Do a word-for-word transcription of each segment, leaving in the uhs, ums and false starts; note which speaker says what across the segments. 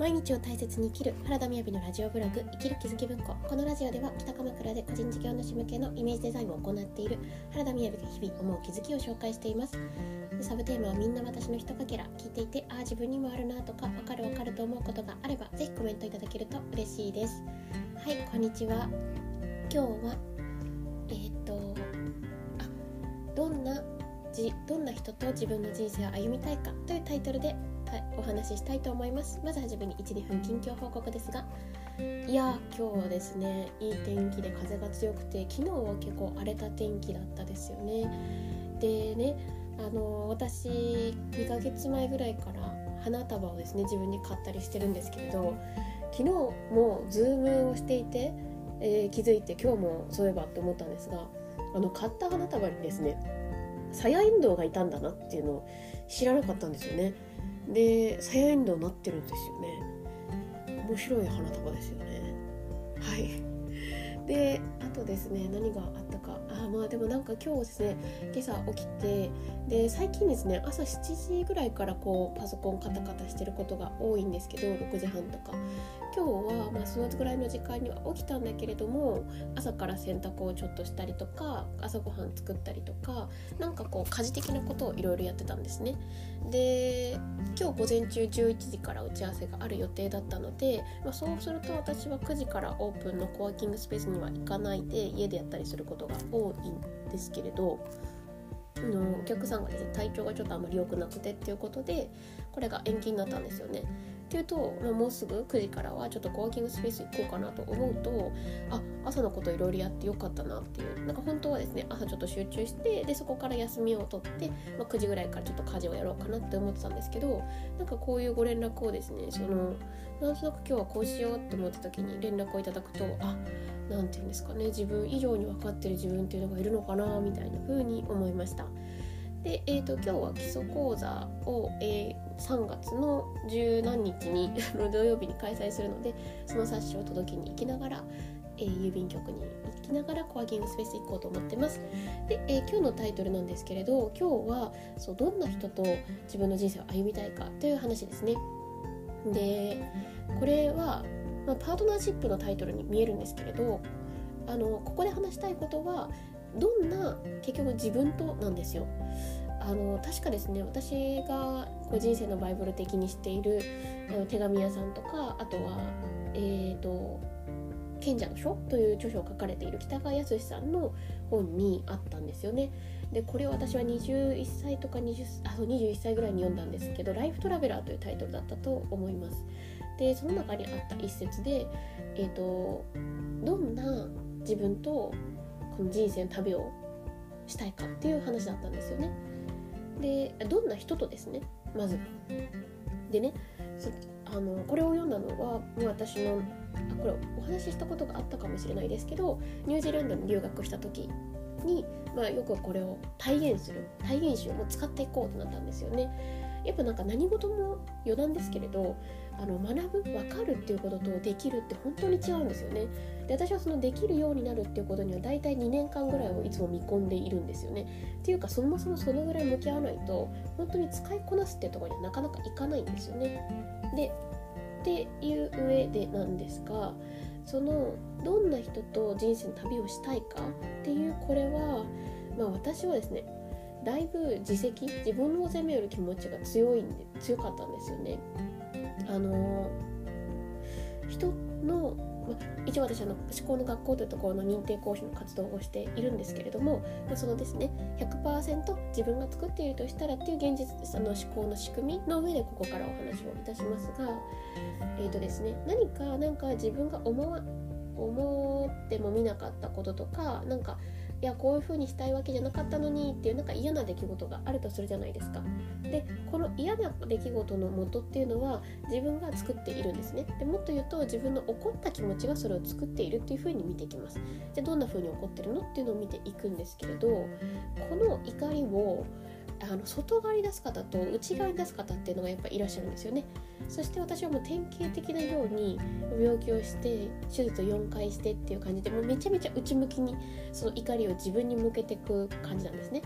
Speaker 1: 毎日を大切に生きる原田みやびのラジオブログ生きる気づき文庫。このラジオでは北鎌倉で個人事業主向けのイメージデザインを行っている原田みやびが日々思う気づきを紹介しています。サブテーマはみんな私のひとかけら。聞いていてああ自分にもあるなとかわかるわかると思うことがあればぜひコメントいただけると嬉しいです。はい、こんにちは。今日はえー、っとあどんなじどんな人と自分の人生を歩みたいかというタイトルでお話ししたいと思います。まずはじめに いち、にふん近況報告ですが、いや今日はですねいい天気で風が強くて、昨日は結構荒れた天気だったですよね。でねあの私にかげつまえぐらいから花束をですね自分に買ったりしてるんですけれど、昨日もズームをしていて、えー、気づいて今日もそういえばって思ったんですが、あの買った花束にですねサヤエンドウがいたんだなっていうのを知らなかったんですよね。でサヤエンドウになってるんですよね。面白い花束ですよね。はい。であとですね何があったか、あまあでもなんか今日ですね今朝起きて、で最近ですね朝しちじぐらいからこうパソコンカタカタしてることが多いんですけど、ろくじはんとか今日はまあそのぐらいの時間には起きたんだけれども、朝から洗濯をちょっとしたりとか朝ごはん作ったりとか、なんかこう家事的なことをいろいろやってたんですね。で今日午前中じゅういちじから打ち合わせがある予定だったので、まあ、そうすると私はくじからオープンのコワーキングスペースには行かないで家でやったりすることが多いんですけれど、のお客さんがですね体調がちょっとあまり良くなくてっていうことでこれが延期になったんですよね。っていうと、まあ、もうすぐくじからはちょっとコワーキングスペース行こうかなと思うと、あ朝のこといろいろやってよかったなっていう、なんか本当はですね朝ちょっと集中してでそこから休みを取って、まあ、くじぐらいからちょっと家事をやろうかなって思ってたんですけど、なんかこういうご連絡をですねそのなんとなく今日はこうしようって思った時に連絡をいただくと、あなんていうんですかね、自分以上に分かってる自分っていうのがいるのかなみたいな風に思いました。で、えーと、今日は基礎講座を、えー、さんがつの十何日に土曜日に開催するので、その冊子を届けに行きながら、えー、郵便局に行きながらコワーキングスペース行こうと思ってます。で、えー、今日のタイトルなんですけれど、今日はそうどんな人と自分の人生を歩みたいかという話ですね。でこれは、まあ、パートナーシップのタイトルに見えるんですけれど、あのここで話したいことはどんな結局自分となんですよ。あの確かですね私がこう人生のバイブル的にしているあの手紙屋さんとか、あとはえーと賢者の書という著書を書かれている北川康さんの本にあったんですよね。でこれを私はにじゅういっさいとかにじゅうあそうにじゅういっさいぐらいに読んだんですけど、ライフトラベラーというタイトルだったと思います。でその中にあった一節で、えーとどんな自分とこの人生の旅をしたいかっていう話だったんですよね。でどんな人とですねまずでねあのこれを読んだのはもう私のあこれお話ししたことがあったかもしれないですけど、ニュージーランドに留学した時に、まあ、よくこれを体現する体現集を使っていこうとなったんですよね。やっぱなんか何事も余談ですけれど、あの学ぶ、分かるっていうこととできるって本当に違うんですよね。で私はそのできるようになるっていうことにはだいたいにねんかんぐらいをいつも見込んでいるんですよね。っていうかそもそもそのぐらい向き合わないと本当に使いこなすっていうところにはなかなかいかないんですよね。でっていう上でなんですが、そのどんな人と人生の旅をしたいかっていうこれは、まあ、私はですねだいぶ自責自分を責める気持ちが強いんで強かったんですよね。あの人の、まあ、一応私あの思考の学校というところの認定講師の活動をしているんですけれども、まあ、そのですね ひゃくパーセント 自分が作っているとしたらっていう現実あの思考の仕組みの上でここからお話をいたしますが、えーとですね、何かなんか自分が思わ思っても見なかったこととか、なんかいやこういう風にしたいわけじゃなかったのにっていうなんか嫌な出来事があるとするじゃないですか。でこの嫌な出来事の元っていうのは自分が作っているんですね。でもっと言うと自分の怒った気持ちがそれを作っているっていう風に見ていきます。じゃあどんな風に怒ってるのっていうのを見ていくんですけれど、この怒りをあの外側に出す方と内側に出す方っていうのがやっぱいらっしゃるんですよね。そして私はもう典型的なように病気をして手術をよんかいしてっていう感じでもうめちゃめちゃ内向きにその怒りを自分に向けていく感じなんですね。た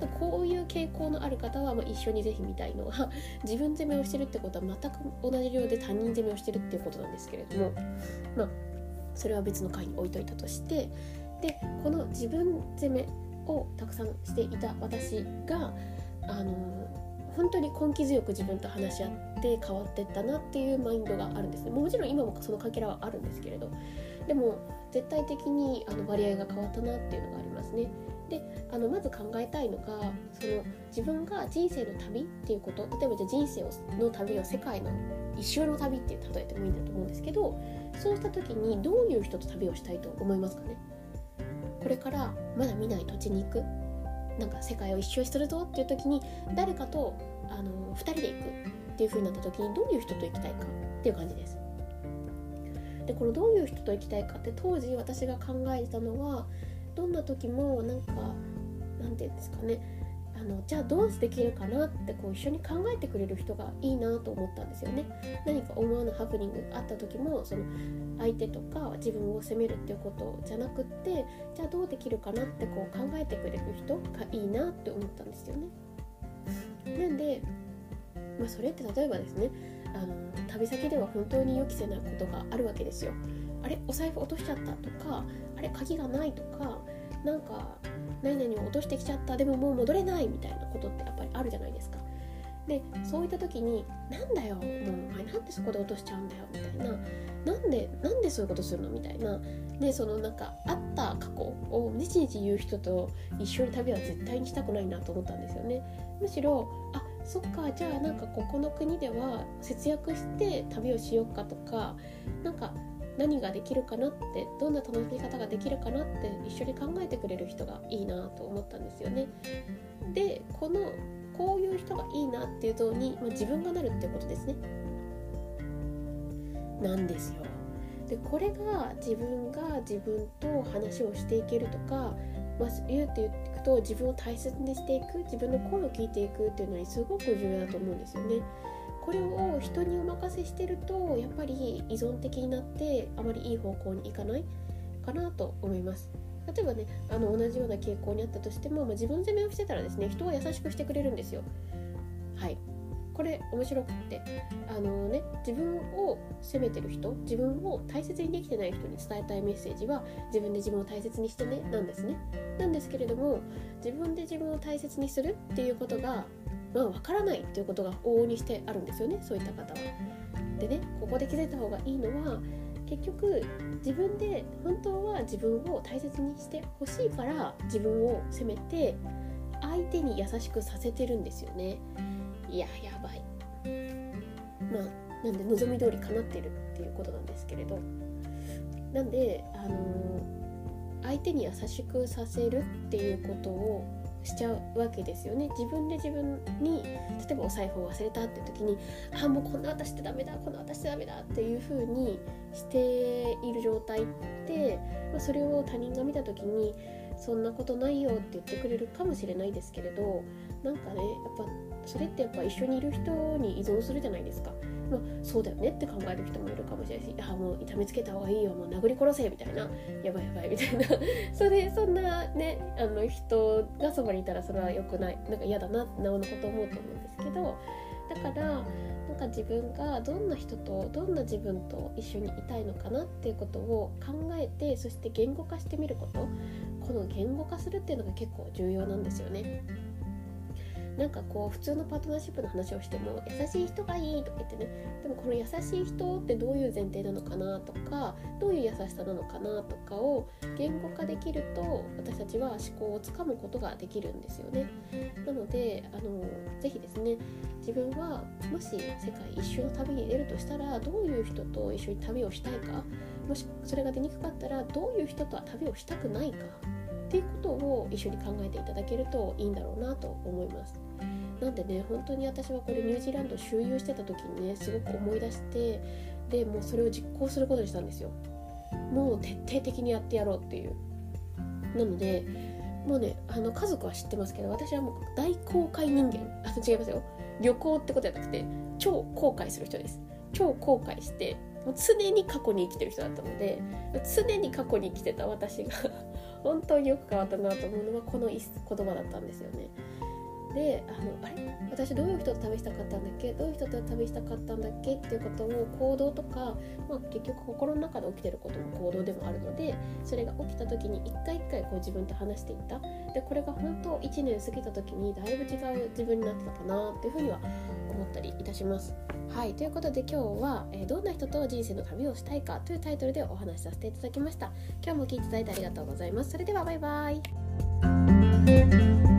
Speaker 1: とこういう傾向のある方はまあ一緒にぜひ見たいのは自分責めをしてるってことは全く同じ量で他人責めをしてるっていうことなんですけれども、まあそれは別の回に置いといたとして、でこの自分責めをたくさんしていた私があの本当に根気強く自分と話し合って変わっていったなっていうマインドがあるんですね。もちろん今もそのかけらはあるんですけれど、でも絶対的にあの割合が変わったなっていうのがありますね。であのまず考えたいのが、その自分が人生の旅っていうこと、例えばじゃあ人生の旅を世界の一周の旅って例えてもいいんだと思うんですけど、そうした時にどういう人と旅をしたいと思いますかね。これからまだ見ない土地に行く、なんか世界を一周するぞっていう時に誰かとあのふたりで行くっていう風になった時にどういう人と行きたいかっていう感じです。でこのどういう人と行きたいかって当時私が考えてたのは、どんな時もなんかなんていうんですかね、あのじゃあどうできるかなってこう一緒に考えてくれる人がいいなと思ったんですよね。何か思わぬハプニングがあった時も、その相手とか自分を責めるっていうことじゃなくって、じゃあどうできるかなってこう考えてくれる人がいいなって思ったんですよね。なんで、まあ、それって例えばですね、あの旅先では本当に予期せないことがあるわけですよ。あれお財布落としちゃったとか、あれ鍵がないとか、なんか何々を落としてきちゃった、でももう戻れないみたいなことってやっぱりあるじゃないですか。でそういった時に、なんだよもうお前なんでそこで落としちゃうんだよみたいな、なんでなんでそういうことするのみたいな、でそのなんかあった過去をねちねち言う人と一緒に旅は絶対にしたくないなと思ったんですよね。むしろあそっか、じゃあなんかここの国では節約して旅をしようかとか、なんか何ができるかなって、どんな楽しみ方ができるかなって一緒に考えてくれる人がいいなと思ったんですよね。でこのこういう人がいいなっていう像に、まあ、自分がなるっていうことですね。なんですよ。でこれが自分が自分と話をしていけるとか、まあ、言うって言っていくと自分を大切にしていく、自分の声を聞いていくっていうのにすごく重要だと思うんですよね。これを人にお任せしてるとやっぱり依存的になってあまりいい方向に行かないかなと思います。例えばね、あの同じような傾向にあったとしても、まあ、自分責めをしてたらですね、人は優しくしてくれるんですよ。はい、これ面白くってあのね、自分を責めてる人、自分を大切にできてない人に伝えたいメッセージは、自分で自分を大切にしてねなんですね。なんですけれども、自分で自分を大切にするっていうことがまあ、分からないっていうことが往々にしてあるんですよね、そういった方は。でね、ここで気づいた方がいいのは、結局自分で本当は自分を大切にしてほしいから自分を責めて相手に優しくさせてるんですよね。いややばい。まあなんで望み通り叶ってるっていうことなんですけれど、なんであのー、相手に優しくさせるっていうことをしちゃうわけですよね。自分で自分に、例えばお財布を忘れたっていう時に、あもうこんな私ってダメだ、こんな私ってダメだっていう風にしている状態って、まあ、それを他人が見た時にそんなことないよって言ってくれるかもしれないですけれど、なんかね、やっぱそれってやっぱ一緒にいる人に依存するじゃないですか。まあ、そうだよねって考える人もいるかもしれないし、あもう痛めつけた方がいいよ、もう殴り殺せみたいな、やばいやばいみたいなそれそんなね、あの人がそばにいたらそれは良くない、なんか嫌だなってなおのこと思うと思うんですけど、だからなんか自分がどんな人とどんな自分と一緒にいたいのかなっていうことを考えて、そして言語化してみること、この言語化するっていうのが結構重要なんですよね。なんかこう普通のパートナーシップの話をしても、優しい人がいいとか言ってね、でもこの優しい人ってどういう前提なのかなとか、どういう優しさなのかなとかを言語化できると、私たちは思考をつかむことができるんですよね。なのであのぜひですね、自分はもし世界一周の旅に出るとしたら、どういう人と一緒に旅をしたいか、もしそれが出にくかったらどういう人とは旅をしたくないかっていうことを一緒に考えていただけるといいんだろうなと思います。なんでね、本当に私はこれニュージーランド周遊してた時にね、すごく思い出して、でもうそれを実行することにしたんですよ。もう徹底的にやってやろうっていう。なのでもうね、あの家族は知ってますけど、私はもう大後悔人間。あの違いますよ、旅行ってことじゃなくて超後悔する人です。超後悔して、もう常に過去に生きてる人だったので、常に過去に生きてた私が本当によく変わったなと思うのはこの言葉だったんですよね。で、あのあれ私どういう人と旅したかったんだっけどういう人と旅したかったんだっけっていうことを行動とか、まあ、結局心の中で起きてることも行動でもあるので、それが起きた時に一回一回こう自分と話していった。でこれが本当いちねん過ぎた時にだいぶ違う自分になってたかなっていうふうには思ったりいたします。はい、ということで今日は、えー、どんな人と人生の旅をしたいかというタイトルでお話しさせていただきました。今日も聞いていただいてありがとうございます。それではバイバイ。